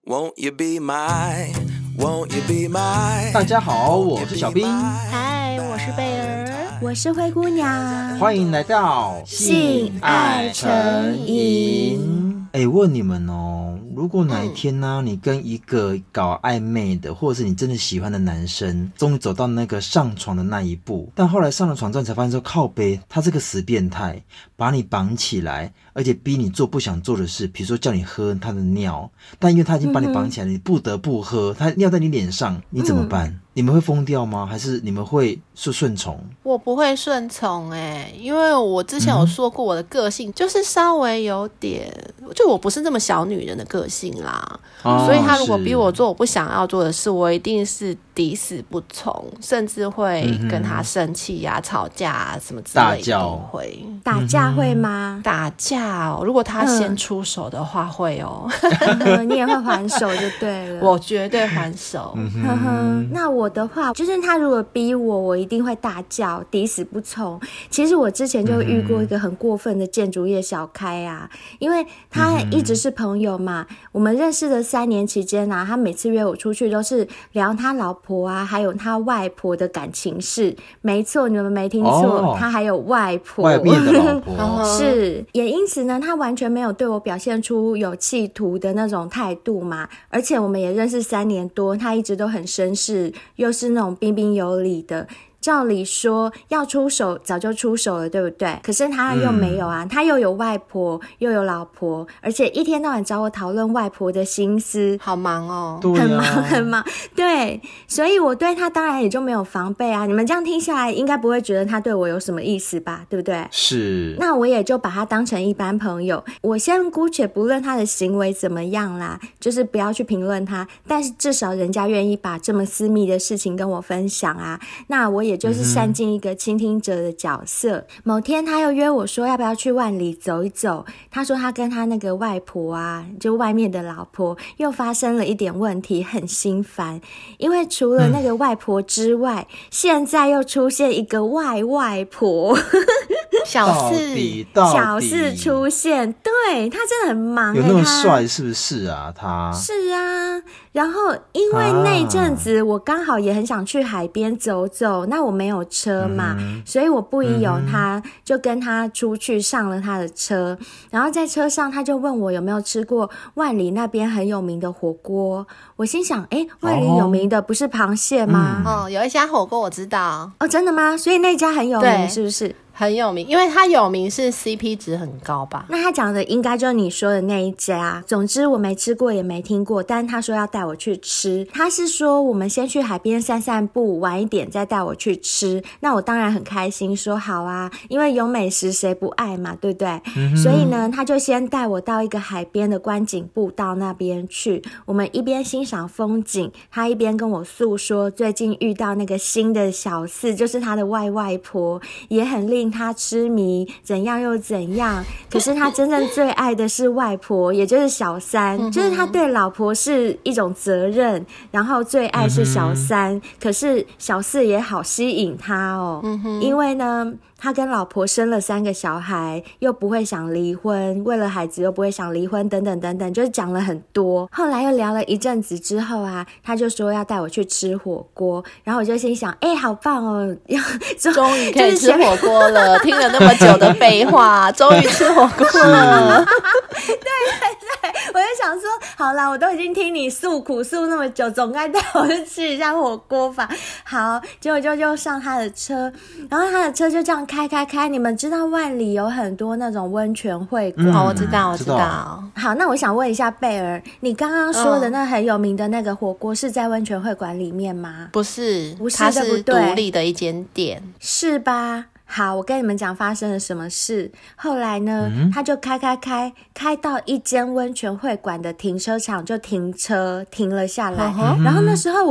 Won't you be my, won't you be my 大家好，我是小兵。 嗨，我是贝儿， 我是灰姑娘。 欢迎来到性爱成瘾。 问你们哦，如果哪一天呢，你跟一个搞暧昧的，或者是你真的喜欢的男生，终于走到那个上床的那一步，但后来上了床之后才发现说，靠北，他这个死变态，把你绑起来，而且逼你做不想做的事，比如说叫你喝他的尿，但因为他已经把你绑起来了，你不得不喝，他尿在你脸上，你怎么办？你们会疯掉吗？还是你们会顺从？ 我不会顺从因为我之前有说过我的个性就是稍微有点，就我不是这么小女人的个性啦，所以他如果逼我做我不想要做的事，我一定是抵死不从，甚至会跟他生气啊、吵架啊什么之类的都会。 打架会吗？ 打架如果他先出手的话会你也会还手就对了。 我绝对还手。 那我的话就是他如果逼我，我一定会大叫，抵死不从。其实我之前就遇过一个很过分的建筑业小开啊，因为他一直是朋友嘛，我们认识的3年期间啊，他每次约我出去都是聊他老婆啊还有他外婆的感情事。没错，你们没听错，他还有外婆， 外面的老婆是，也因此呢，他完全没有对我表现出有企图的那种态度嘛，而且我们也认识3年多，他一直都很绅士，又是那种彬彬有礼的，照理说要出手早就出手了，对不对？可是他又没有啊，他又有外婆又有老婆，而且一天到晚找我讨论外婆的心思， 好忙哦。 对啊， 很忙，对，所以我对他当然也就没有防备啊。你们这样听下来应该不会觉得他对我有什么意思吧，对不对？ 是。 那我也就把他当成一般朋友，我先姑且不论他的行为怎么样啦，就是不要去评论他，但是至少人家愿意把这么私密的事情跟我分享啊，那我也就是善尽一个倾听者的角色。某天他又约我说要不要去万里走一走，他说他跟他那个外婆啊，就外面的老婆又发生了一点问题，很心烦，因为除了那个外婆之外，现在又出现一个外婆小四出现，对，他真的很忙有那么帅是不是啊？他是啊，然后因为那阵子我刚好也很想去海边走走，那我没有车嘛，所以我不疑有他，就跟他出去上了他的车，然后在车上他就问我有没有吃过万里那边很有名的火锅。我心想万里有名的不是螃蟹吗？ 有一家火锅我知道。 真的吗？所以那家很有名是不是？ 很有名，因为它有名是 CP 值很高吧。 那他讲的应该就是你说的那一家。总之我没吃过也没听过，但是他说要带我去吃，他是说我们先去海边散散步，晚一点再带我去吃。那我当然很开心说好啊，因为有美食谁不爱嘛，对不对？所以呢他就先带我到一个海边的观景步道那边去，我们一边欣赏风景，他一边跟我诉说最近遇到那个新的小四，就是他的外婆，也很令他痴迷，怎样又怎样。可是他真正最爱的是外婆，也就是小三，就是他对老婆是一种责任，然后最爱是小三，可是小四也好吸引他因为呢他跟老婆生了3个小孩，又不会想离婚，为了孩子又不会想离婚，等等等等，就是讲了很多。后来又聊了一阵子之后啊，他就说要带我去吃火锅，然后我就心想好棒哦， 终于可以吃火锅了，听了那么久的废话终于吃火锅了对，我就想说好啦，我都已经听你诉苦诉那么久，总该带我去吃一下火锅吧。好，结果就上他的车，然后他的车就这样开，你们知道万里有很多那种温泉会馆我知道。 好，那我想问一下贝儿，你刚刚说的那很有名的那个火锅是在温泉会馆里面吗？ 不是，它是独立的一间店， 是吧？好，我跟你们讲发生了什么事。后来呢他就开到一间温泉会馆的停车场，就停车停了下来然后那时候我就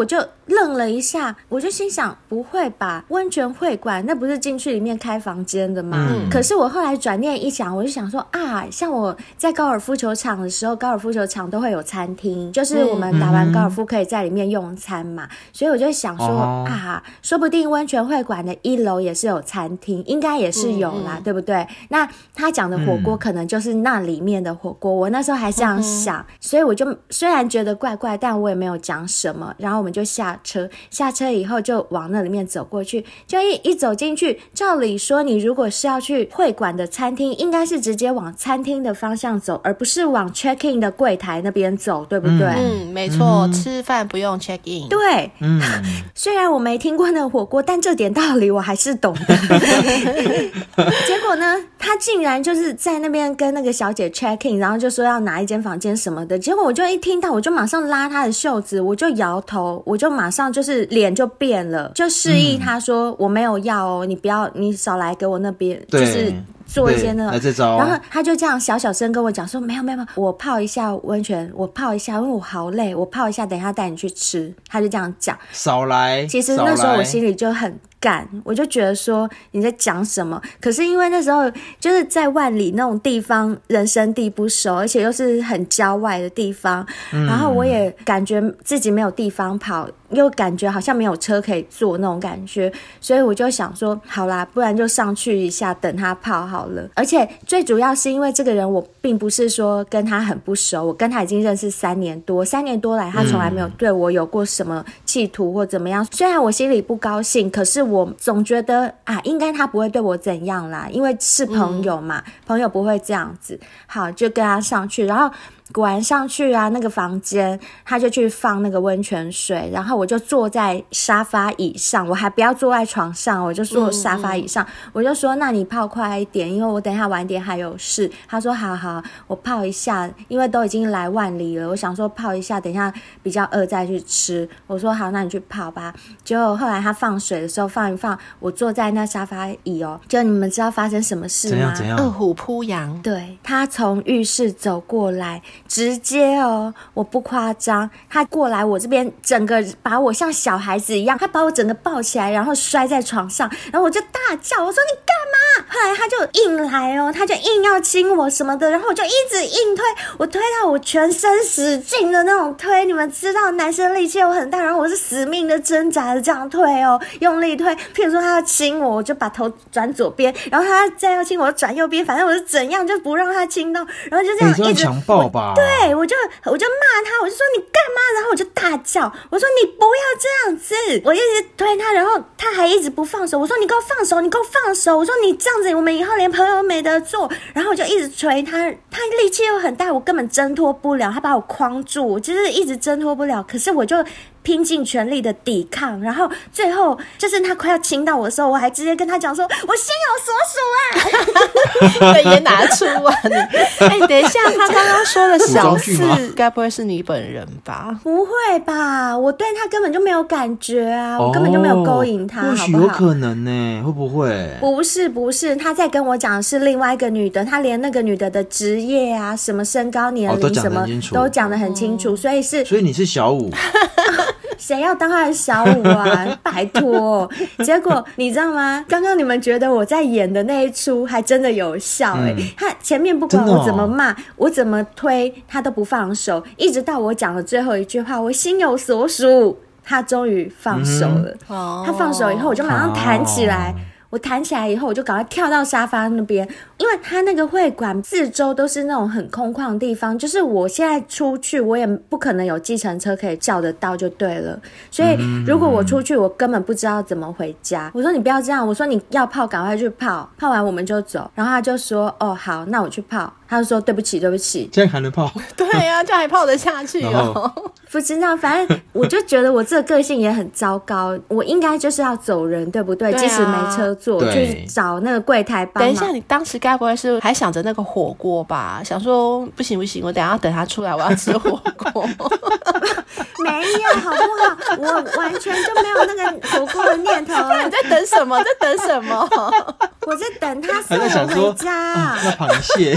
愣了一下，我就心想不会吧，温泉会馆那不是进去里面开房间的吗？可是我后来转念一想，我就想说啊，像我在高尔夫球场的时候，高尔夫球场都会有餐厅，就是我们打完高尔夫可以在里面用餐嘛，所以我就想说啊，说不定温泉会馆的1楼也是有餐厅，应该也是有啦，对不对？那他讲的火锅可能就是那里面的火锅，我那时候还这样想，所以我就虽然觉得怪怪，但我也没有讲什么，然后我们就下车以后就往那里面走过去，就一走进去，照理说你如果是要去会馆的餐厅，应该是直接往餐厅的方向走，而不是往 check in 的柜台那边走，对不对？ 没错，吃饭不用 check in。 对，虽然我没听过那个火锅，但这点道理我还是懂的。结果呢，他竟然就是在那边跟那个小姐 check in， 然后就说要拿一间房间什么的，结果我就一听到，我就马上拉他的袖子，我就摇头，我就马上就是脸就变了，就示意他说我没有要哦，你不要，你少来给我那边，就是做一些那种，然后他就这样小小声跟我讲说，没有，我泡一下温泉，我泡一下，因为我好累，我泡一下，等一下带你去吃。他就这样讲， 少来。 其实那时候我心里就很干，我就觉得说你在讲什么？可是因为那时候就是在万里那种地方，人生地不熟，而且又是很郊外的地方，然后我也感觉自己没有地方跑，又感觉好像没有车可以坐那种感觉，所以我就想说，好啦，不然就上去一下等他泡好了。而且最主要是因为这个人我并不是说跟他很不熟，我跟他已经认识3年多来，他从来没有对我有过什么企图或怎么样。虽然我心里不高兴，可是我总觉得啊，应该他不会对我怎样啦，因为是朋友嘛，朋友不会这样子。好，就跟他上去，然后果然上去啊，那个房间他就去放那个温泉水，然后我就坐在沙发椅上，我还不要坐在床上，我就坐沙发椅上，我就说那你泡快一点，因为我等一下晚点还有事。他说好，我泡一下，因为都已经来万里了，我想说泡一下，等一下比较饿再去吃。我说好，那你去泡吧。结果后来他放水的时候放一放，我坐在那沙发椅哦，就你们知道发生什么事吗？ 怎样？ 饿虎扑羊。 对，他从浴室走过来，直接哦，我不夸张，他过来我这边，整个把我像小孩子一样，他把我整个抱起来，然后摔在床上，然后我就大叫，我说你干嘛？后来他就硬来哦，他就硬要亲我什么的，然后我就一直硬推，我推到我全身使劲的那种推，你们知道男生力气又很大，然后我是死命的挣扎的这样推哦，用力推。譬如说他要亲我，我就把头转左边，然后他再要亲我转右边，反正我是怎样就不让他亲到，然后就这样一直强暴吧。 对，我就骂他，我就说你干嘛？然后我就大叫，我说你不要这样子，我一直推他，然后他还一直不放手，我说你给我放手，你给我放手，我说你这样子我们以后连朋友都没得做。然后我就一直捶他，他力气又很大，我根本挣脱不了，他把我框住，我就是一直挣脱不了，可是我就拼尽全力的抵抗，然后最后就是他快要亲到我的时候，我还直接跟他讲说我心有所属啊。 对，也拿出啊你。等一下，他刚刚说的小四该不会是你本人吧？ 不会吧，我对他根本就没有感觉啊，我根本就没有勾引他， 或许有可能呢，会不会？ 不是，他在跟我讲的是另外一个女的，他连那个女的的职业啊，什么身高年龄什么都讲得很清楚，所以你是小五。 谁要当他的小五啊？拜托！结果你知道吗？刚刚你们觉得我在演的那一出还真的有效他前面不管我怎么骂，我怎么推，他都不放手，一直到我讲的最后一句话，我心有所属，他终于放手了。他放手以后，我就马上弹起来。我弹起来以后，我就赶快跳到沙发那边，因为他那个会馆四周都是那种很空旷的地方，就是我现在出去我也不可能有计程车可以叫得到就对了，所以如果我出去我根本不知道怎么回家。我说你不要这样，我说你要泡赶快去泡，泡完我们就走。然后他就说哦好，那我去泡。他就说对不起， 这样还能泡？ 对啊，这样还泡得下去哦。 不知道，反正我就觉得我这个个性也很糟糕，我应该就是要走人，对不对？即使没车坐，去找那个柜台帮忙。 等一下，你当时该不会是还想着那个火锅吧？想说不行，我等一下等他出来，我要吃火锅。 没有，好不好？我完全就没有那个火锅的念头。 你在等什么？ 我在等他送我回家。 那螃蟹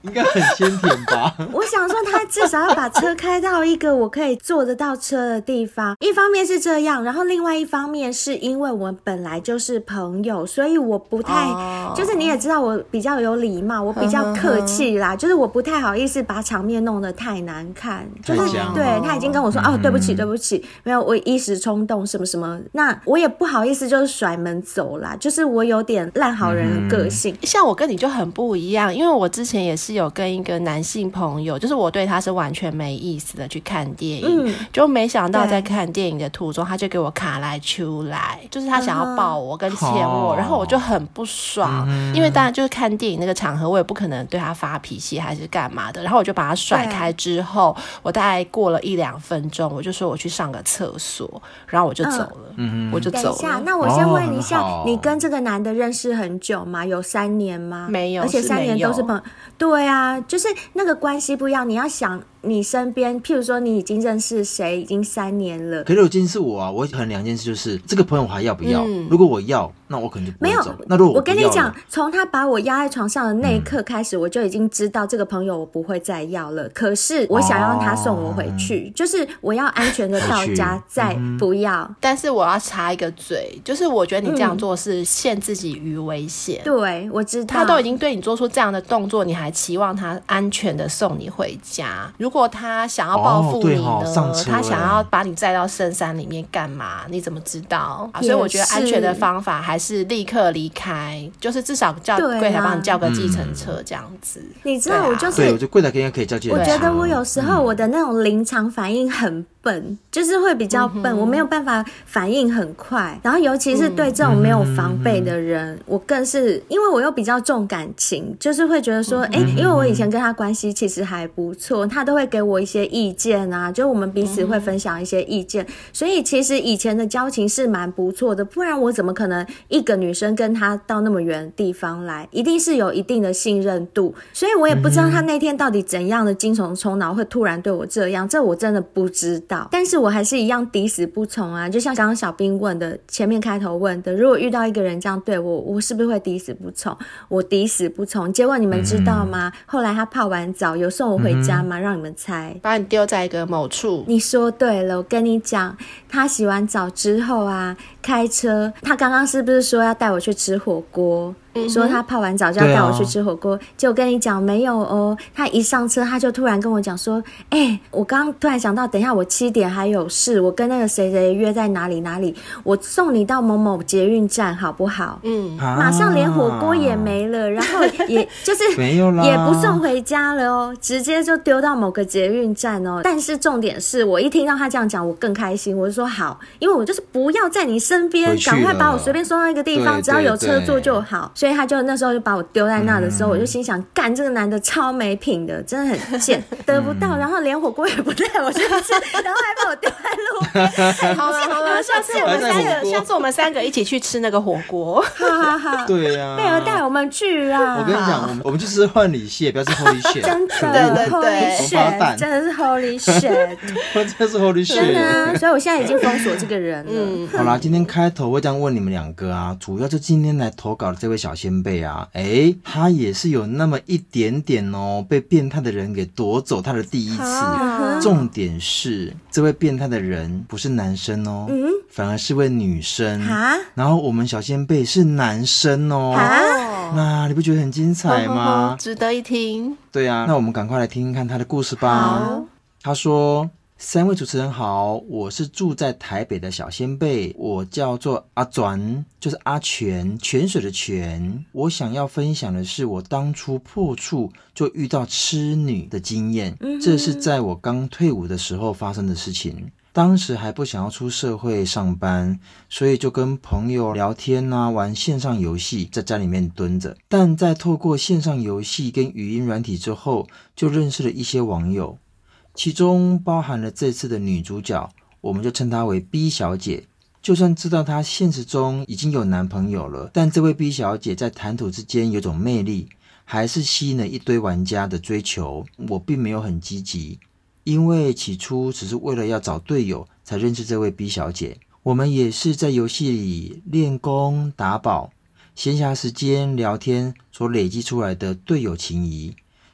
应该很鲜甜吧？ 我想说，他至少要把车开到一个我可以坐得到车的地方。一方面是这样，然后另外一方面是因为我们本来就是朋友，所以我不太，就是你也知道我比较有礼貌，我比较客气啦，就是我不太好意思把场面弄得太难看。就是对他已经跟我说对不起对不起，没有，我一时冲动什么什么，那我也不好意思就是甩门走啦，就是我有点烂好人的个性。 像我跟你就很不一样，因为我之前也是有跟一个男性朋友，就是我对他是完全没意思的去看电影，就没想到在看电影的途中他就给我卡来出来，就是他想要抱我跟牵我，然后我就很不爽，因为当然就是看电影那个场合我也不可能对他发脾气还是干嘛的，然后我就把他甩开之后，我大概过了1-2分钟，我就说我去上个厕所，然后我就走了，我就走了。 等一下，那我先问一下，你跟这个男的认识很久吗？有3年吗？ 没有， 而且3年都是朋友。对啊，就是那个关系不一样，你要想你身边，譬如说你已经认识谁已经3年了， 可是有件事我衡量2件事，就是这个朋友我还要不要？如果我要，那我可能就不会走。那如果我跟你讲，从他把我压在床上的那一刻开始，我就已经知道这个朋友我不会再要了。可是我想让他送我回去，就是我要安全的到家再不要。 但是我要插一个嘴，就是我觉得你这样做是陷自己于危险。 对，我知道。 他都已经对你做出这样的动作，你还期望他安全的送你回家？如果他想要报复你呢？他想要把你载到深山里面干嘛？你怎么知道？所以我觉得安全的方法还是立刻离开，就是至少叫柜台帮你叫个计程车这样子。 你知道我就是， 对，我觉得柜台应该可以叫计程车。 我觉得我有时候我的那种临场反应很笨，就是会比较笨，我没有办法反应很快，然后尤其是对这种没有防备的人，我更是因为我又比较重感情，就是会觉得说因为我以前跟他关系其实还不错，他都会给我一些意见啊，就我们彼此会分享一些意见，所以其实以前的交情是蛮不错的，不然我怎么可能一个女生跟他到那么远的地方来，一定是有一定的信任度，所以我也不知道他那天到底怎样的精虫充脑会突然对我这样，这我真的不知道，但是我还是一样抵死不从啊，就像刚刚小兵问的，前面开头问的，如果遇到一个人这样对我，我是不是会抵死不从？我抵死不从，结果你们知道吗？后来他泡完澡有送我回家吗？让你们猜， 把你丢在一个某处。 你说对了，我跟你讲，他洗完澡之后啊，开车，他刚刚是不是说要带我去吃火锅？说他泡完澡就要带我去吃火锅，结果跟你讲没有哦，他一上车他就突然跟我讲说，我刚刚突然想到，等一下我7点还有事，我跟那个谁谁约在哪里哪里，我送你到某某捷运站好不好？马上连火锅也没了，然后也就是没有啦， 也不送回家了哦，直接就丢到某个捷运站哦。但是重点是我一听到他这样讲，我更开心，我就说好，因为我就是不要在你身边，赶快把我随便送到一个地方，只要有车坐就好。所以他就那时候就把我丢在那的时候，我就心想，干，这个男的超没品的，真的很贱，得不到，然后连火锅也不带我去吃，然后还把我丢在路边。 好了，下次我们三个一起去吃那个火锅。 好， 对呀， 贝尔带我们去啊！ 我跟你讲，我们去吃换礼蟹，不要吃 Holy shit， 真的 Holy shit， 真的是 Holy shit， 真的是 Holy shit， 真的啊！所以我现在已经封锁这个人了。 好啦，今天开头我这样问你们2个啊，主要就今天来投稿的这位小先辈啊，他也是有那么一点点哦，被变态的人给夺走他的第一次。重点是这位变态的人不是男生哦，反而是位女生。然后我们小先辈是男生哦。那你不觉得很精彩吗？ 值得一听。 对啊，那我们赶快来听听看他的故事吧。他说：3位主持人好，我是住在台北的小先辈，我叫做阿转，就是阿全，泉水的泉。我想要分享的是我当初破处就遇到痴女的经验，这是在我刚退伍的时候发生的事情。当时还不想要出社会上班，所以就跟朋友聊天啊，玩线上游戏，在家里面蹲着。但在透过线上游戏跟语音软体之后，就认识了一些网友，其中包含了这次的女主角，我们就称她为 B 小姐。就算知道她现实中已经有男朋友了，但这位 B 小姐在谈吐之间有种魅力，还是吸引了一堆玩家的追求。我并没有很积极，因为起初只是为了要找队友才认识这位 B 小姐。我们也是在游戏里练功打宝，闲暇时间聊天所累积出来的队友情谊。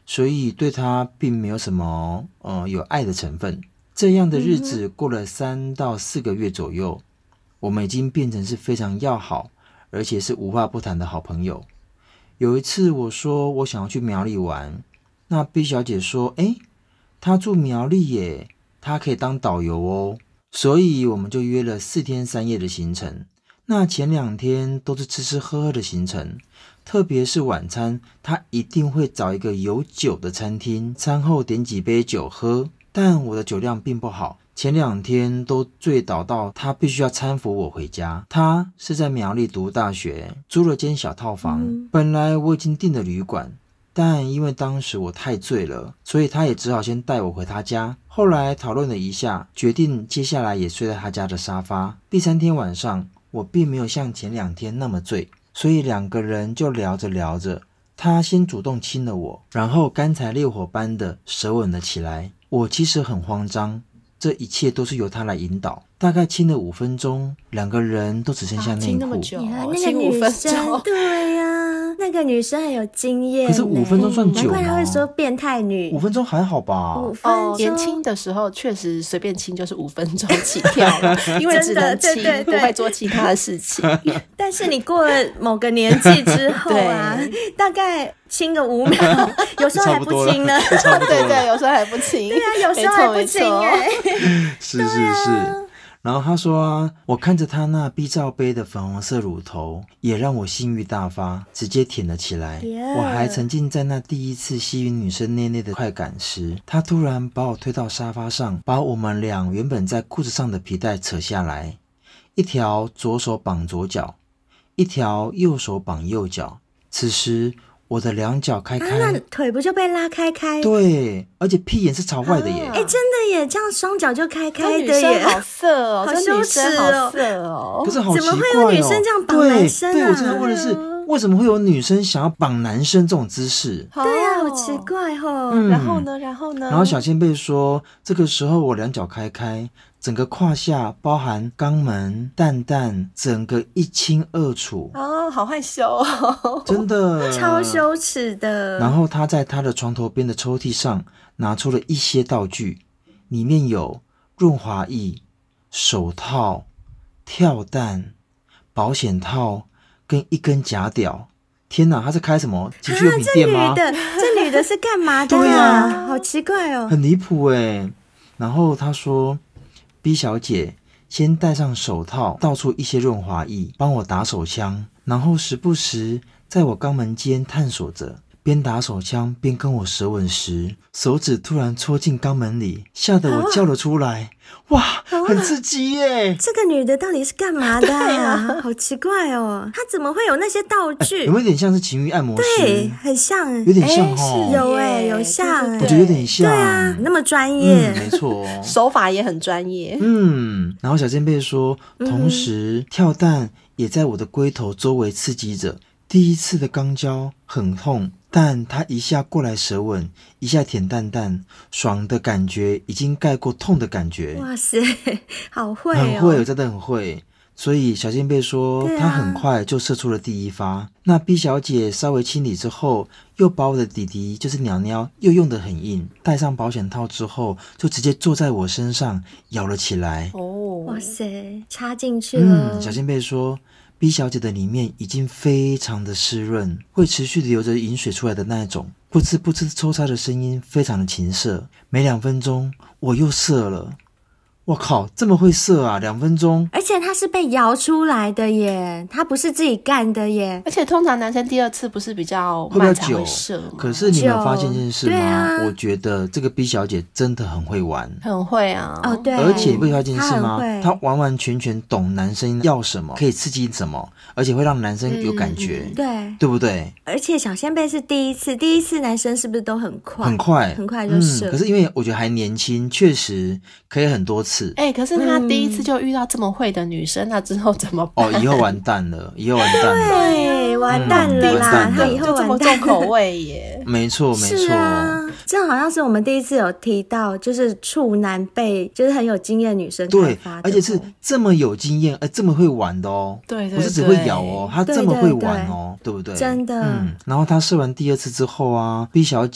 所以对他并没有什么有爱的成分。这样的日子过了3到4个月左右，我们已经变成是非常要好，而且是无话不谈的好朋友。有一次我说我想要去苗栗玩，那 B 小姐说她住苗栗耶，她可以当导游哦，所以我们就约了4天3夜的行程。那前2天都是吃吃喝喝的行程，特别是晚餐，她一定会找一个有酒的餐厅，餐后点几杯酒喝。但我的酒量并不好，前2天都醉倒到她必须要搀扶我回家。她是在苗栗读大学，租了间小套房。本来我已经订了旅馆，但因为当时我太醉了，所以她也只好先带我回她家。后来讨论了一下，决定接下来也睡在她家的沙发。第3天晚上，我并没有像前2天那么醉，所以2个人就聊着聊着，她先主动亲了我，然后干柴烈火般的舌吻了起来。我其实很慌张，这一切都是由她来引导。大概亲了5分钟，2个人都只剩下内裤。 亲那么久， 那个亲5 女分生， 钟， 对呀，那个女生很有经验。 可是5分钟算久吗？ 难怪她会说变态女。 5分钟还好吧 5分钟年轻的时候确实随便亲就是5分钟起跳了，因为只能亲， 对不会做其他的事情。 但是你过了某个年纪之后啊，大概亲个5秒，有时候还不亲呢。 对对，有时候还不亲。 对啊，有时候还不亲是是是。然后他说啊，我看着他那 B 罩杯的粉红色乳头，也让我性欲大发，直接舔了起来。我还沉浸在那第一次吸吮女生内内的快感时，他突然把我推到沙发上，把我们俩原本在裤子上的皮带扯下来，一条左手绑左脚，一条右手绑右脚。此时我的2脚开开， 那腿不就被拉开？ 对，而且屁眼是朝外的耶。 真的耶，这样双脚就开的耶。 女生好色哦， 好羞耻好色哦。 可是好奇怪哦， 怎么会有女生这样绑男生啊？ 对，我真的问的是，为什么会有女生想要绑男生这种姿势？ 对啊，好奇怪哦。 然后呢？ 然后小仙贝说，这个时候我2脚开开，整个胯下包含肛门、蛋蛋，整个一清二楚。 好害羞哦， 真的超羞耻的。 然后他在他的床头边的抽屉上拿出了一些道具，里面有润滑液、手套、跳蛋、保险套跟一根假屌。天哪，他在开什么情趣用品店吗？ 这女的是干嘛的？ 对啊， 好奇怪哦， 很离谱耶。然后他说 B 小姐先戴上手套，倒出一些润滑液，帮我打手枪，然后时不时在我肛门间探索着，边打手枪边跟我舌吻时，手指突然戳进肛门里，吓得我叫了出来。哇，很刺激耶！ 这个女的到底是干嘛的啊？好奇怪哦，她怎么会有那些道具？ 有没有点像是情欲按摩师？ 对，很像， 有点像哦。 有像， 我觉得有点像。 对啊，那么专业， 没错， 手法也很专业。 然后小仙贝说，同时跳蛋也在我的龟头周围刺激着。第一次的肛交很痛，但他一下过来舌吻，一下舔蛋蛋，爽的感觉已经盖过痛的感觉。 哇塞，好会哦， 很会，真的很会。所以小仙贝说，他很快就射出了第一发。那 B 小姐稍微清理之后，又把我的弟弟就是鸟鸟又用得很硬，戴上保险套之后，就直接坐在我身上咬了起来。 哇塞，插进去了。 小仙贝说，B 小姐的里面已经非常的湿润，会持续的流着饮水出来的那一种，噗呲噗呲抽插的声音非常的情色。每2分钟我又射了。我靠，这么会射啊！2分钟， 而且他是被摇出来的耶，他不是自己干的耶。 而且通常男生第2次不是比较慢才会射吗？ 可是你有发现一件事吗？ 对我觉得这个 B 小姐真的很会玩， 很会啊。 哦，对。 而且你会发现一件事吗？ 她完完全全懂男生要什么，可以刺激什么，而且会让男生有感觉， 对， 对不对？ 而且小仙贝是第一次男生是不是都很快？ 很快就射。 可是因为我觉得还年轻，确实可以很多次。 可是他第1次就遇到这么会的女生，那之后怎么办？ 以后完蛋了， 对，完蛋了啦，他以后这么重口味耶。 没错， 是啊，这好像是我们第1次有提到，就是处男被就是很有经验的女生开发的， 对，而且是这么有经验，这么会玩的哦。 对， 不是只会咬哦，他这么会玩哦，对不对？ 真的。 然后他射完第2次之后啊 ，B 小姐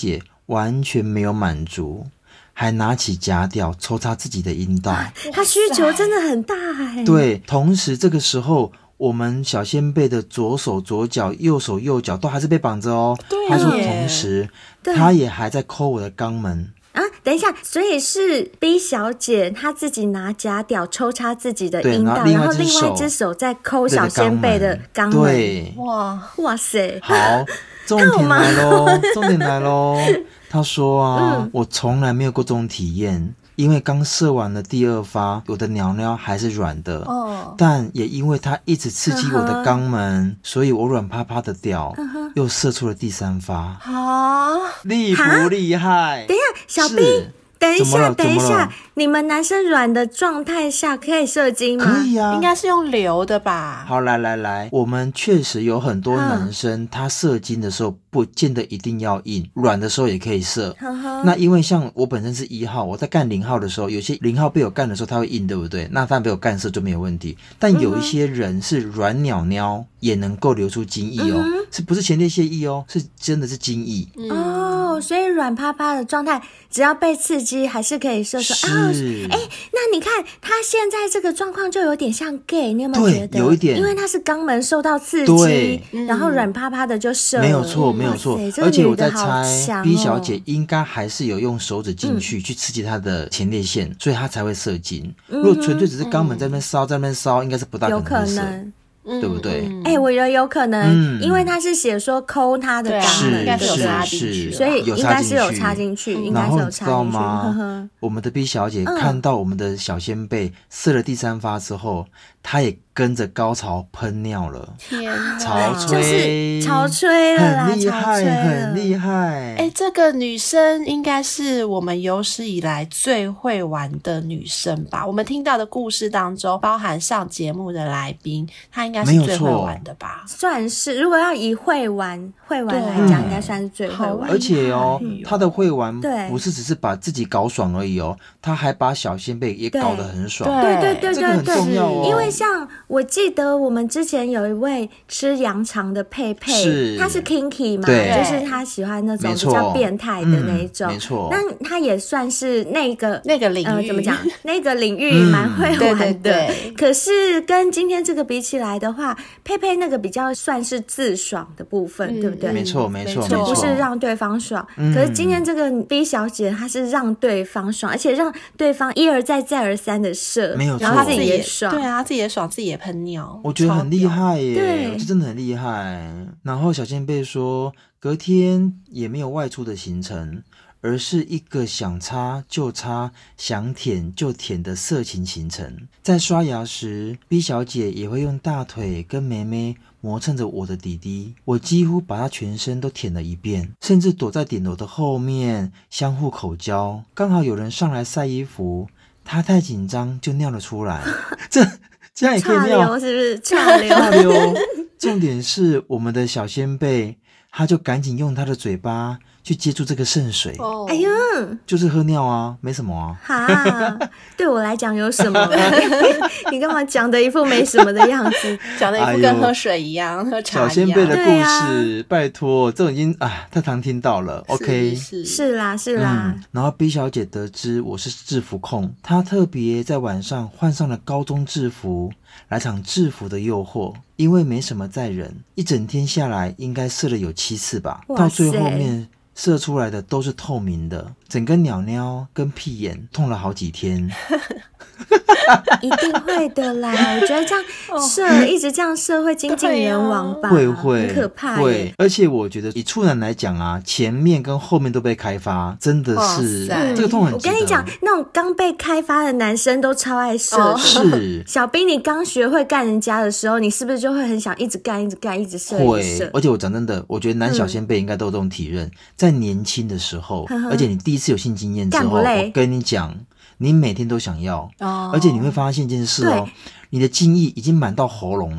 完全没有满足，还拿起假屌抽插自己的阴道。 他需求真的很大对，同时这个时候我们小仙贝的左手左脚右手右脚都还是被绑着哦。他说同时他也还在抠我的肛门啊，等一下，所以是 B 小姐她自己拿假屌抽插自己的阴道，然后另外一只手在抠小仙贝的肛门。 对， 哇塞， 好，重点来咯，重点来咯。他说啊，我从来没有过这种体验。因为刚射完了第2发，我的鸟鸟还是软的，但也因为它一直刺激我的肛门，所以我软趴趴的屌又射出了第3发。厉不厉害？ 等一下，小 B， 等一下，你们男生软的状态下可以射精吗？ 可以啊， 应该是用流的吧。 好，来，我们确实有很多男生，他射精的时候不见得一定要硬，软的时候也可以射。那因为像我本身是1号，我在干0号的时候，有些0号被我干的时候他会硬，对不对？那当然被我干射就没有问题。但有一些人是软鸟鸟也能够流出精液哦，是不是前列腺液哦？是真的是精液。 所以软趴趴的状态，只要被刺激还是可以射出。那你看他现在这个状况就有点像 gay， 你有没有觉得？ 对，有一点， 因为他是肛门受到刺激，然后软趴趴的就射了。 没有错。而且我在猜 B 小姐应该还是有用手指进去刺激她的前列腺，所以她才会射精。如果纯粹只是肛门在那边烧，应该是不大可能会射。对不对？ 我觉得有可能，因为他是写说抠他的肛门， 应该是有插进去， 所以应该是有插进去，应该是有插进去。 然后你知道吗？我们的 B 小姐看到我们的小仙贝射了第3发之后，她也跟着高潮喷尿了。 天哪， 潮吹， 就是潮吹了啦， 很厉害，很厉害。 这个女生应该是我们有史以来最会玩的女生吧？我们听到的故事当中，包含上节目的来宾，她应该是最会玩的吧？ 算是，如果要以会玩来讲，应该算是最会玩。 而且她的会玩不是只是把自己搞爽而已哦，她还把小仙贝也搞得很爽。 对， 这个很重要哦。 因为像我记得我们之前有一位吃羊肠的佩佩，他是 kinky 嘛，就是他喜欢那种比较变态的那一种， 没错。 那他也算是那个领域， 怎么讲？那个领域蛮会玩的。可是跟今天这个比起来的话，佩佩那个比较算是自爽的部分，对不对？ 没错， 就不是让对方爽。可是今天这个 B 小姐，她是让对方爽，而且让对方一而再再而三的射， 没有错， 然后她自己也爽。 对啊，自己也爽，自己也喷尿， 我觉得很厉害耶，这真的很厉害。然后小仙贝说，隔天也没有外出的行程，而是一个想插就插，想舔就舔的色情行程。在刷牙时 ，B 小姐也会用大腿跟妹妹磨蹭着我的弟弟，我几乎把她全身都舔了一遍，甚至躲在顶楼的后面相互口交。刚好有人上来晒衣服，她太紧张就尿了出来。这样也可以尿？ 岔流是不是？岔流。重点是我们的小仙贝，他就赶紧用他的嘴巴去接住这个圣水。 哎呀， 就是喝尿啊，没什么啊。 哈，对我来讲有什么？你干嘛讲的一副没什么的样子？ 讲的一副跟喝水一样，喝茶一样。 小仙贝的故事，拜托，这种已经太常听到了。OK， 是啦。 然后 B 小姐得知我是制服控，她特别在晚上换上了高中制服，来场制服的诱惑。因为没什么在忍，一整天下来应该射了有7次吧，到最后面射出来的都是透明的，整个鸟鸟跟屁眼痛了好几天。 一定会的啦，我觉得这样射一直这样射会精尽人亡吧， 会很可怕。 会，而且我觉得以处男来讲啊，前面跟后面都被开发，真的是这个痛很值得。 我跟你讲，那种刚被开发的男生都超爱射的。 是小兵，你刚学会干人家的时候，你是不是就会很想一直干一直干一直射？ 会，而且我讲真的，我觉得男小仙贝应该都有这种体认，在年轻的时候，而且你第一次有性经验之后，我跟你讲，你每天都想要，而且你会发现一件事哦，你的精液已经满到喉咙了，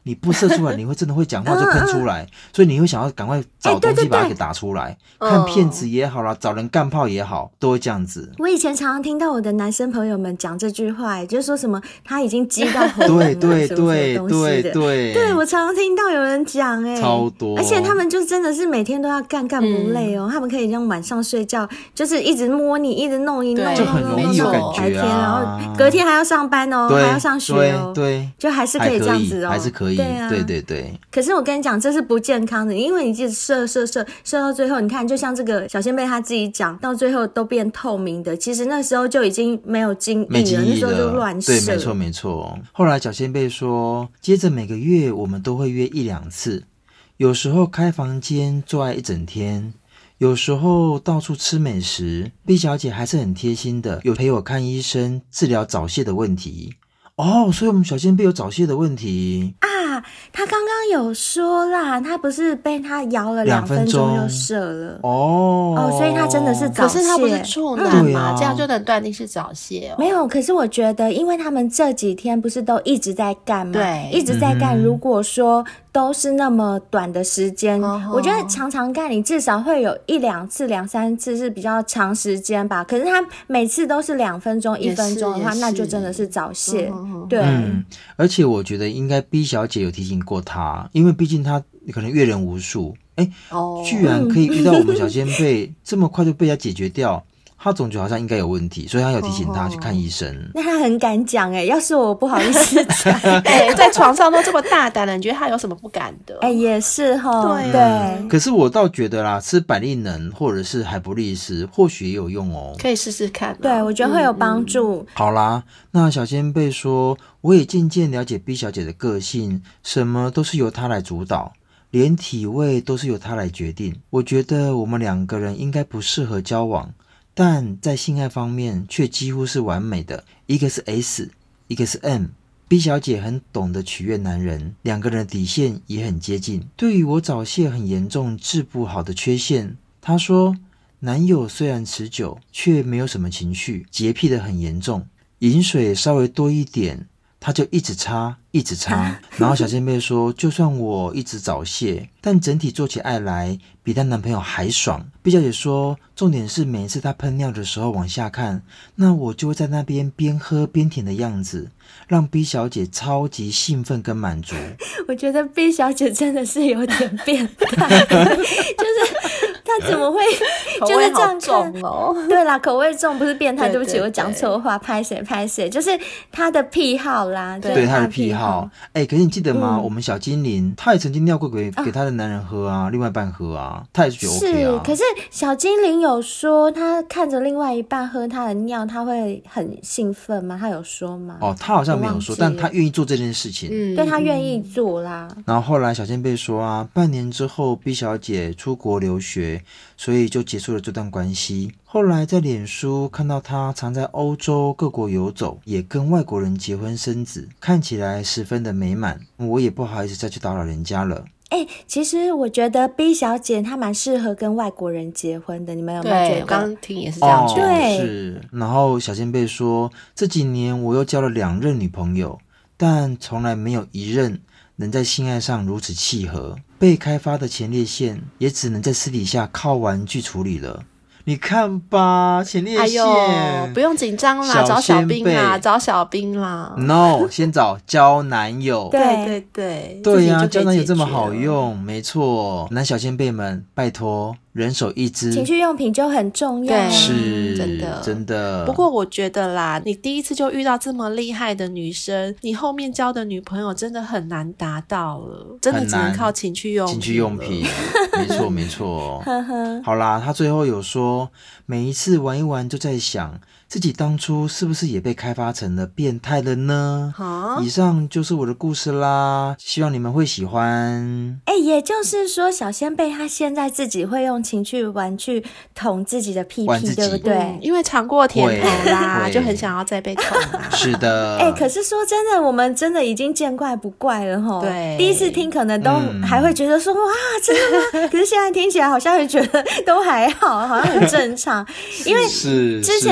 你不射出来，你会真的会讲话就喷出来，所以你会想要赶快找东西把它给打出来。看骗子也好啦，找人干炮也好，都会这样子。 我以前常常听到我的男生朋友们讲这句话，就是说什么他已经激到喉咙了， 对对，我常常听到有人讲超多， 而且他们就真的是每天都要干不累哦，他们可以让晚上睡觉就是一直摸你，一直弄一弄， 就很容易有感觉白天，然后隔天还要上班哦，还要上学哦， 对， 就还是可以这样子哦， 还是可以，对。 可是我跟你讲，这是不健康的，因为你一直射到最后，你看，就像这个小仙贝他自己讲，到最后都变透明的，其实那时候就已经没有精液了，那时候就乱射。 对，没错。后来小仙贝说，接着每个月我们都会约1-2次，有时候开房间做爱一整天，有时候到处吃美食。B 小姐还是很贴心的，有陪我看医生，治疗早泄的问题。所以我们小仙贝有早泄的问题啊！他刚刚有说啦，他不是被他摇了2分钟就射了所以他真的是早泄。 可是他不是处男嘛，这样就能断定是早泄没有，可是我觉得，因为他们这几天不是都一直在干嘛？ 对， 一直在干。如果说都是那么短的时间，我觉得常常干，你至少会有1-2次、2-3次是比较长时间吧。可是他每次都是2分钟、1分钟的话，那就真的是早泄。对， 而且我觉得应该 B 小姐有提醒过她，因为毕竟她可能阅人无数，居然可以遇到我们小仙贝这么快就被她解决掉。他总觉得好像应该有问题，所以他有提醒他去看医生。 那他很敢讲要是我不好意思讲在床上都这么大胆了，你觉得他有什么不敢的？ 也是对。 可是我倒觉得啦，吃百利能或者是海博利斯或许也有用哦， 可以试试看。 对，我觉得会有帮助。 好啦，那小仙贝说，我也渐渐了解 B 小姐的个性，什么都是由她来主导，连体位都是由她来决定。我觉得我们2个人应该不适合交往，但在性爱方面却几乎是完美的，一个是 S， 一个是 M。B 小姐很懂得取悦男人，2个人的底线也很接近。对于我早泄很严重治不好的缺陷，她说男友虽然持久，却没有什么情绪，洁癖的很严重，饮水稍微多一点他就一直擦然后小仙贝说，就算我一直早泄，但整体做起爱来比她男朋友还爽。B 小姐说，重点是每一次她喷尿的时候往下看，那我就会在那边边喝边舔的样子，让 B 小姐超级兴奋跟满足。 我觉得 B 小姐真的是有点变态就是她怎么会就是这样看对啦，口味重不是变态，对不起，我讲错话，拍谁，就是她的癖好啦， 对她的癖好。可是你记得吗？我们小精灵她也曾经尿过给她的男人喝啊，另外一半喝啊，她也是觉得 OK 啊。 是，可是小精灵有说她看着另外一半喝她的尿，她会很兴奋吗？她有说吗？ 她好像没有说，但她愿意做这件事情。 对，她愿意做啦。 然后后来小仙贝说啊，半年之后 B 小姐出国留学，所以就结束了这段关系。后来在脸书看到她常在欧洲各国游走，也跟外国人结婚生子，看起来十分的美满。我也不好意思再去打扰人家了。 其实我觉得 B 小姐她蛮适合跟外国人结婚的，你们有没有觉得？ 对，刚听也是这样觉得。 对， 是。然后小仙贝说，这几年我又交了2任女朋友，但从来没有1任能在性爱上如此契合，被开发的前列腺也只能在私底下靠玩具处理了。你看吧，前列腺不用紧张啦，找小兵啦，找小兵啦。 No， 先找交男友。 对呀，交男友这么好用，没错。男小仙贝们，拜托，人手一支， 情趣用品就很重要。 对， 是真的。 不过我觉得啦，你第一次就遇到这么厉害的女生，你后面交的女朋友真的很难达到了，真的只能靠情趣用品。 没错。好啦，他最后有说，每一次玩一玩就在想，自己当初是不是也被开发成了变态了呢？以上就是我的故事啦，希望你们会喜欢。 也就是说小仙贝他现在自己会用情趣玩具捅自己的屁屁，对不对？ 因为尝过甜头啦，就很想要再被捅啦。 是的。 可是说真的，我们真的已经见怪不怪了齁。 对， 第一次听可能都还会觉得说哇真的吗？可是现在听起来好像会觉得都还好，好像很正常。因为之前不是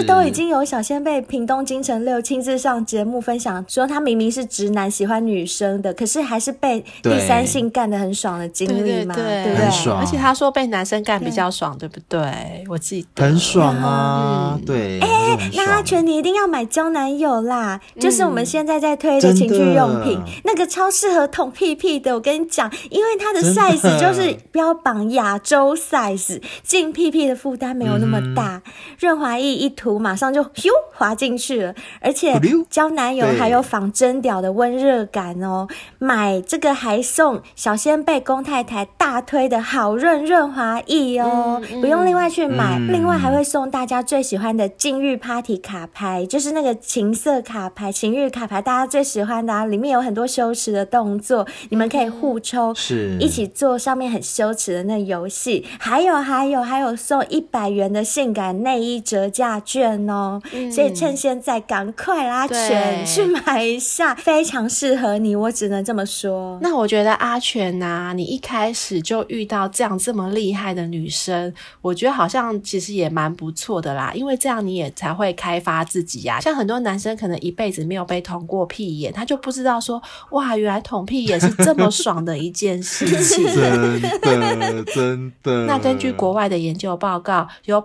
都已经有小仙贝屏东金城六亲自上节目分享说他明明是直男喜欢女生的，可是还是被第三性干得很爽的经历嘛，对不对？ 很爽， 而且他说被男生干比较爽，对不对？我记得很爽啊，对。 那阿全你一定要买胶男友啦，就是我们现在在推的情趣用品，那个超适合捅屁屁的，我跟你讲，因为它的 size 就是标榜亚洲 size， 进屁屁的负担没有那么大，润滑液一涂马上就咻滑进去了，而且胶男友还有仿真屌的温热感哦，买这个还送小仙贝公太太大推的好润润滑液哦，不用另外去买，另外还会送大家最喜欢的禁欲 Party 卡牌，就是那个情色卡牌、情欲卡牌，大家最喜欢的啊，里面有很多羞耻的动作，你们可以互抽，是一起做上面很羞耻的那游戏，还有送100元的性感内衣折价券哦，所以趁现在赶快啦，阿全去买一下，非常适合你，我只能这么说。 那我觉得阿全啊，你一开始就遇到这么厉害的女生，我觉得好像其实也蛮不错的啦，因为这样你也才会开发自己呀。像很多男生可能一辈子没有被捅过屁眼，他就不知道说哇，原来捅屁眼是这么爽的一件事情。 真的。 那根据国外的研究报告，有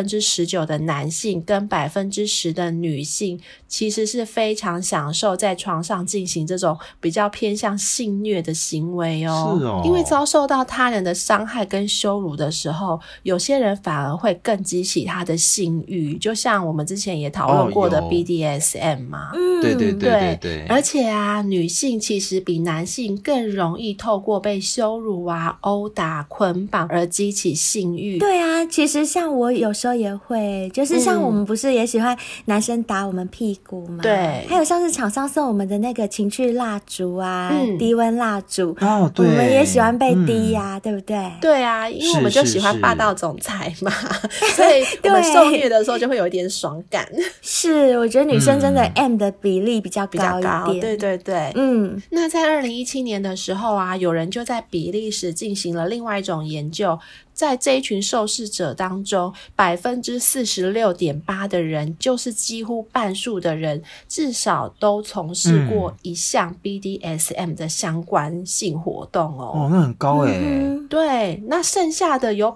19% 的男性跟 10% 的女性其实是非常享受在床上进行这种比较偏向性虐的行为哦。 是哦。 因为遭受到他人的伤害跟羞辱的时候，有些人反而会更激起他的性欲，就像我们之前也讨论过的 BDSM 嘛。对。而且啊，女性其实比男性更容易透过被羞辱啊、殴打、捆绑而激起性欲。 对啊，其实像我有时候也会，就是像我们不是也喜欢男生打我们屁股吗？ 对。 还有像是厂商送我们的那个情趣蜡烛啊，低温蜡烛， 对， 我们也喜欢被滴啊，对不对？ 对啊，因为我们就喜欢霸道总裁嘛，所以我们受虐的时候就会有一点爽感。 是，我觉得女生真的 M 的比例比较高一点。 对。那在2017年的时候啊，有人就在比利时进行了另外一种研究，在这一群受试者当中 46.8% 的人，就是几乎半数的人至少都从事过一项 BDSM 的相关性活动哦。 那很高耶。 对，那剩下的有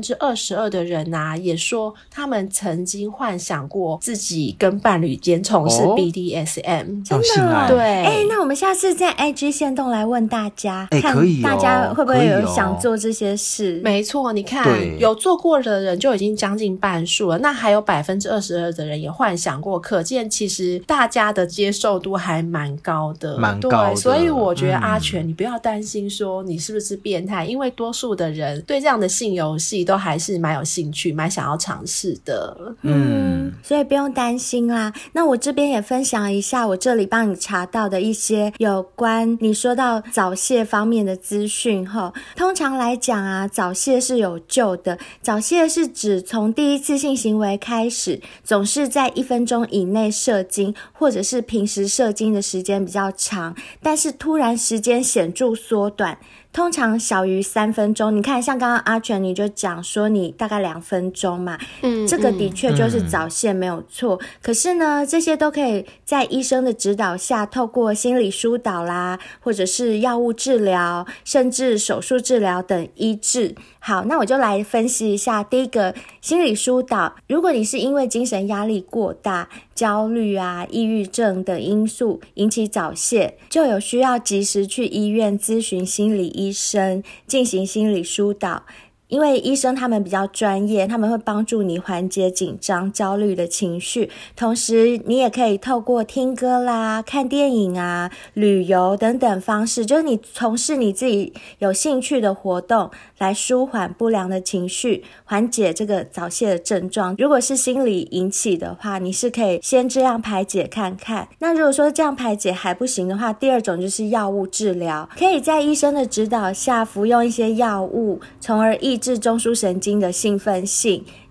22% 的人啊，也说他们曾经幻想过自己跟伴侣间从事 BDSM。 真的？对。那我们下次在 IG 限动来问大家，看大家会不会有想做这些事。 没错，你看有做过的人就已经将近半数了，那还有 22% 的人也幻想过，可见其实大家的接受度还蛮高的。对，所以我觉得阿全你不要担心说你是不是变态，因为多数的人对这样的性游戏都还是蛮有兴趣，蛮想要尝试的。 所以不用担心啦。那我这边也分享一下我这里帮你查到的一些有关你说到早泄方面的资讯齁。通常来讲啊，早泄是有救的。早泄是指从第一次性行为开始，总是在1分钟以内射精，或者是平时射精的时间比较长，但是突然时间显著缩短，通常小于3分钟。你看像刚刚阿全你就讲说你大概2分钟嘛，这个的确就是早泄没有错。可是呢，这些都可以在医生的指导下，透过心理疏导啦，或者是药物治疗，甚至手术治疗等医治。好，那我就来分析一下。第一个，心理疏导，如果你是因为精神压力过大、焦虑啊、抑郁症等因素引起早泄，就有需要及时去医院咨询心理医生进行心理疏导。因为医生他们比较专业，他们会帮助你缓解紧张、焦虑的情绪，同时你也可以透过听歌啦、看电影啊、旅游等等方式，就是你从事你自己有兴趣的活动来舒缓不良的情绪，缓解这个早泄的症状。如果是心理引起的话，你是可以先这样排解看看。那如果说这样排解还不行的话，第二种就是药物治疗，可以在医生的指导下服用一些药物，从而抑制中枢神经的兴奋性，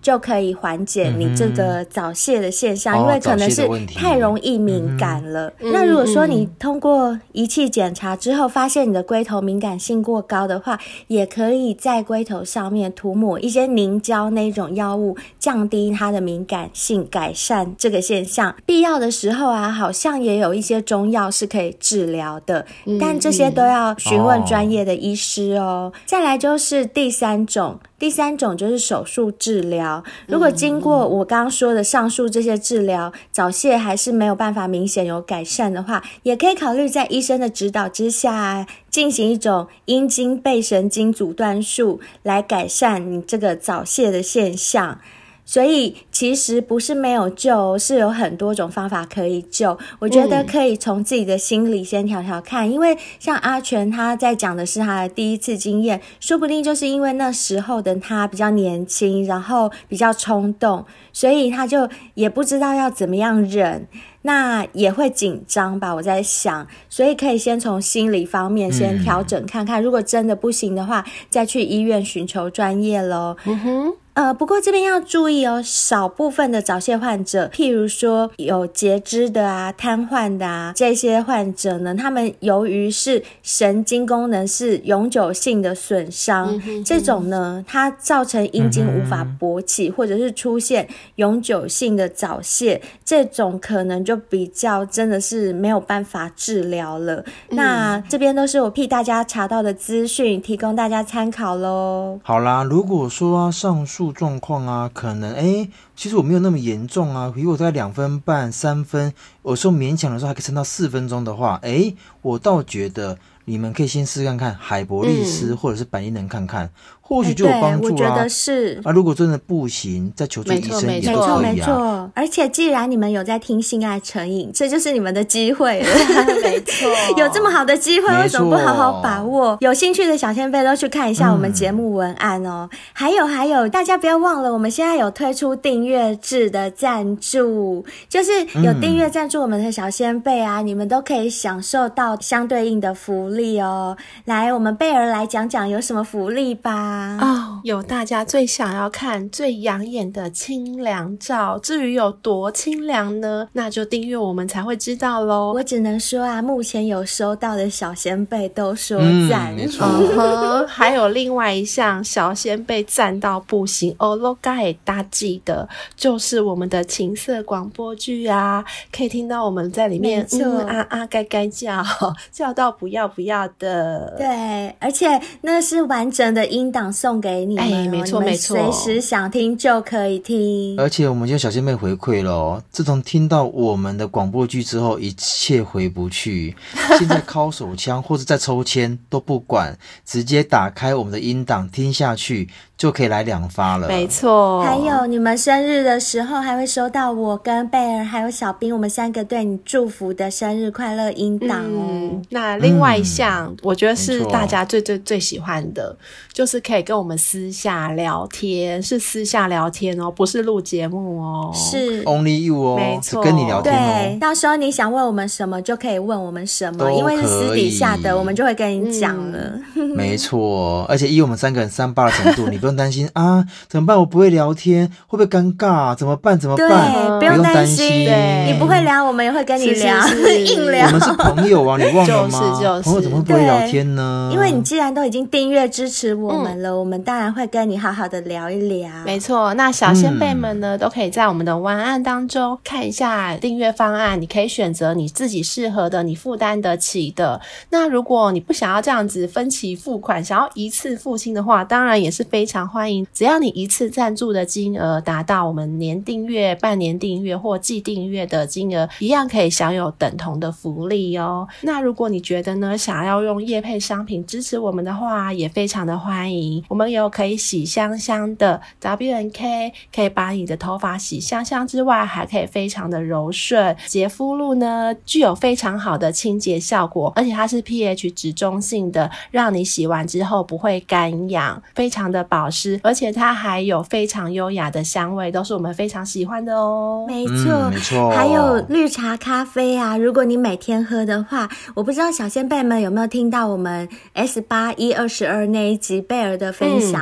就可以缓解你这个早泄的现象，因为可能是太容易敏感了。那如果说你通过仪器检查之后发现你的龟头敏感性过高的话，也可以在龟头上面涂抹一些凝胶那种药物，降低它的敏感性，改善这个现象。必要的时候啊，好像也有一些中药是可以治疗的，但这些都要询问专业的医师哦。再来就是第三种就是手术治疗。如果经过我刚刚说的上述这些治疗，早泄还是没有办法明显有改善的话，也可以考虑在医生的指导之下进行一种阴茎背神经阻断术，来改善你这个早泄的现象。所以其实不是没有救，是有很多种方法可以救。我觉得可以从自己的心里先调调看，因为像阿全他在讲的是他的第一次经验，说不定就是因为那时候的他比较年轻，然后比较冲动，所以他就也不知道要怎么样忍，那也会紧张吧，我在想。所以可以先从心理方面先调整看看，如果真的不行的话，再去医院寻求专业咯。不过这边要注意哦，少部分的早泄患者，譬如说有截肢的啊、瘫痪的啊，这些患者呢，他们由于是神经功能是永久性的损伤，这种呢，它造成阴茎无法勃起，或者是出现永久性的早泄，这种可能就比较真的是没有办法治疗了。那这边都是我替大家查到的资讯，提供大家参考咯。 好啦，如果说上述状况啊，可能其实我没有那么严重啊，比如我大概2分半、3分，有时候勉强的时候还可以撑到4分钟的话，我倒觉得你们可以先试看看海博利斯或者是百利能看看，或许就有帮助啦。 我觉得是。 如果真的不行，再求助医生也都可以啊。 没错。而且既然你们有在听性爱成瘾，这就是你们的机会了。 没错， 有这么好的机会，为什么不好好把握？有兴趣的小先辈都去看一下我们节目文案哦。还有，大家不要忘了，我们现在有推出订阅制的赞助，就是有订阅赞助我们的小先辈啊，你们都可以享受到相对应的福利哦。来，我们贝儿来讲讲有什么福利吧。 有大家最想要看、最养眼的清凉照。至于有多清凉呢？那就订阅我们才会知道咯。 我只能说啊，目前有收到的小先辈都说赞。 没错。 还有另外一项小先辈赞到不行，OLOGA 大忌的，就是我们的情色广播剧啊，可以听到我们在里面该叫到不要不要的。 对，而且那是完整的音档送给你们， 没错没错， 随时想听就可以听。 而且我们就小仙妹回馈了自从听到我们的广播剧之后，一切回不去。现在敲手枪或者在抽签都不管，直接打开我们的音档听下去，就可以来2发了。 没错。 还有你们生日的时候还会收到我跟贝尔还有小兵我们3个对你祝福的生日快乐音档哦。 那另外一项我觉得是大家最喜欢的，就是可以跟我们私下聊天，是私下聊天哦，不是录节目哦， 是 Only You 哦， 没错， 是跟你聊天哦。 对，到时候你想问我们什么就可以问我们什么，因为是私底下的，我们就会跟你讲了。 没错，而且以我们3个人3八的程度，你不用担心啊，怎么办？我不会聊天，会不会尴尬？怎么办？ 对，不用担心，你不会聊，我们也会跟你聊，硬聊。 我们是朋友啊，你忘了吗？ 就是朋友怎么会不会聊天呢？ 因为你既然都已经订阅支持我们了，我们当然会跟你好好的聊一聊。 没错，那小先辈们呢，都可以在我们的文案当中看一下订阅方案，你可以选择你自己适合的，你负担得起的。那如果你不想要这样子分期付款，想要一次付清的话，当然也是非常欢迎，只要你一次赞助的金额达到我们年订阅、半年订阅或季订阅的金额，一样可以享有等同的福利哦。那如果你觉得呢，想要用业配商品支持我们的话，也非常的欢迎。我们有可以洗香香的 WNK， 可以把你的头发洗香香之外，还可以非常的柔顺。洁肤露呢，具有非常好的清洁效果，而且它是 pH 值中性的，让你洗完之后不会干痒，非常的保湿，而且它还有非常优雅的香味，都是我们非常喜欢的哦。 没错， 没错。 还有绿茶咖啡啊，如果你每天喝的话，我不知道小先辈们有没有听到我们 S8122 那一集贝尔的分享，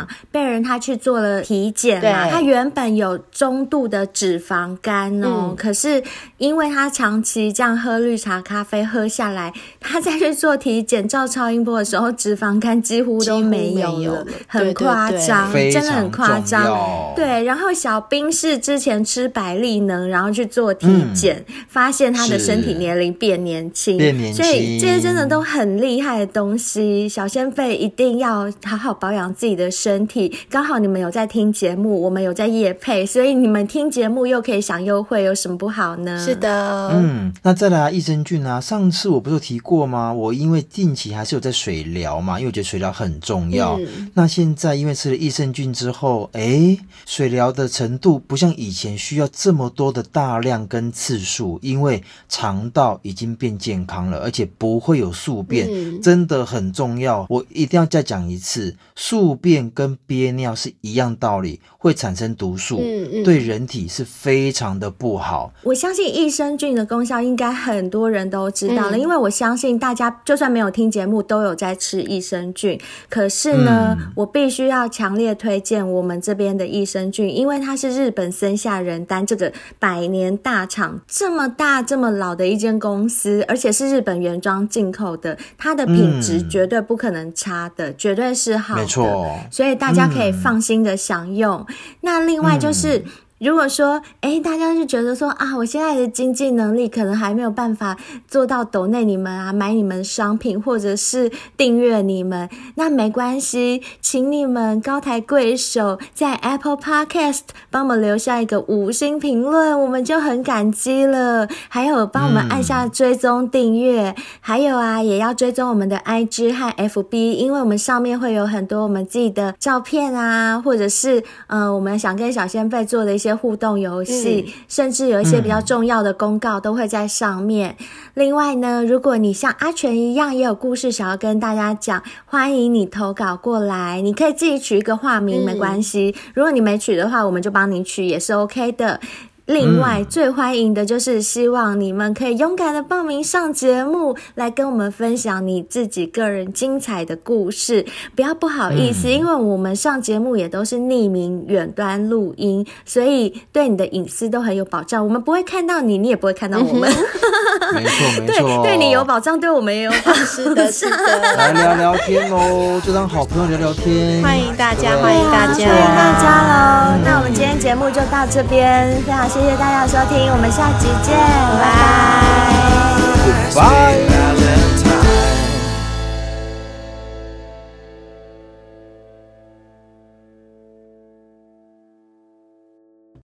讲，贝人他去做了体检嘛，他原本有中度的脂肪肝哦，可是因为他长期这样喝绿茶咖啡喝下来，他再去做体检照超音波的时候，脂肪肝几乎都没有了，很夸张，真的很夸张。对，然后小兵是之前吃百利能，然后去做体检，发现他的身体年龄变年轻，所以这些真的都很厉害的东西。小仙贝一定要好好保养自己的身体。刚好你们有在听节目，我们有在业配，所以你们听节目又可以享优惠，有什么不好呢？ 是的， 那再来益生菌啊，上次我不是有提过吗？我因为近期还是有在水疗嘛，因为我觉得水疗很重要。那现在因为吃了益生菌之后，水疗的程度不像以前需要这么多的大量跟次数，因为肠道已经变健康了，而且不会有宿便，真的很重要。我一定要再讲一次，宿便跟憋尿是一样道理，会产生毒素，对人体是非常的不好。 我相信益生菌的功效应该很多人都知道了，因为我相信大家就算没有听节目都有在吃益生菌。可是呢，我必须要强烈推荐我们这边的益生菌，因为它是日本森下仁丹这个100年大厂，这么大这么老的一间公司，而且是日本原装进口的，它的品质绝对不可能差的，绝对是好的，没错，所以大家可以放心的享用。那另外就是如果说大家就觉得说啊，我现在的经济能力可能还没有办法做到抖内你们啊，买你们商品或者是订阅你们，那没关系，请你们高抬贵手在 Apple Podcast 帮我们留下一个5星评论，我们就很感激了。还有帮我们按下追踪订阅，还有啊也要追踪我们的 IG 和 FB， 因为我们上面会有很多我们自己的照片啊，或者是我们想跟小仙贝做的一些互动游戏，甚至有一些比较重要的公告都会在上面。另外呢，如果你像阿全一样也有故事想要跟大家讲，欢迎你投稿过来，你可以自己取一个化名没关系，如果你没取的话我们就帮你取也是 OK 的。另外最欢迎的就是希望你们可以勇敢的报名上节目，来跟我们分享你自己个人精彩的故事，不要不好意思，因为我们上节目也都是匿名远端录音，所以对你的隐私都很有保障，我们不会看到你，你也不会看到我们没错没错， 对你有保障，对我们也有保障是的是的来聊聊天咯，就当好朋友聊聊天， 欢迎大家欢迎大家咯。那我们今天节目就到这边，非常谢谢大家的收听，我们下集见，拜拜。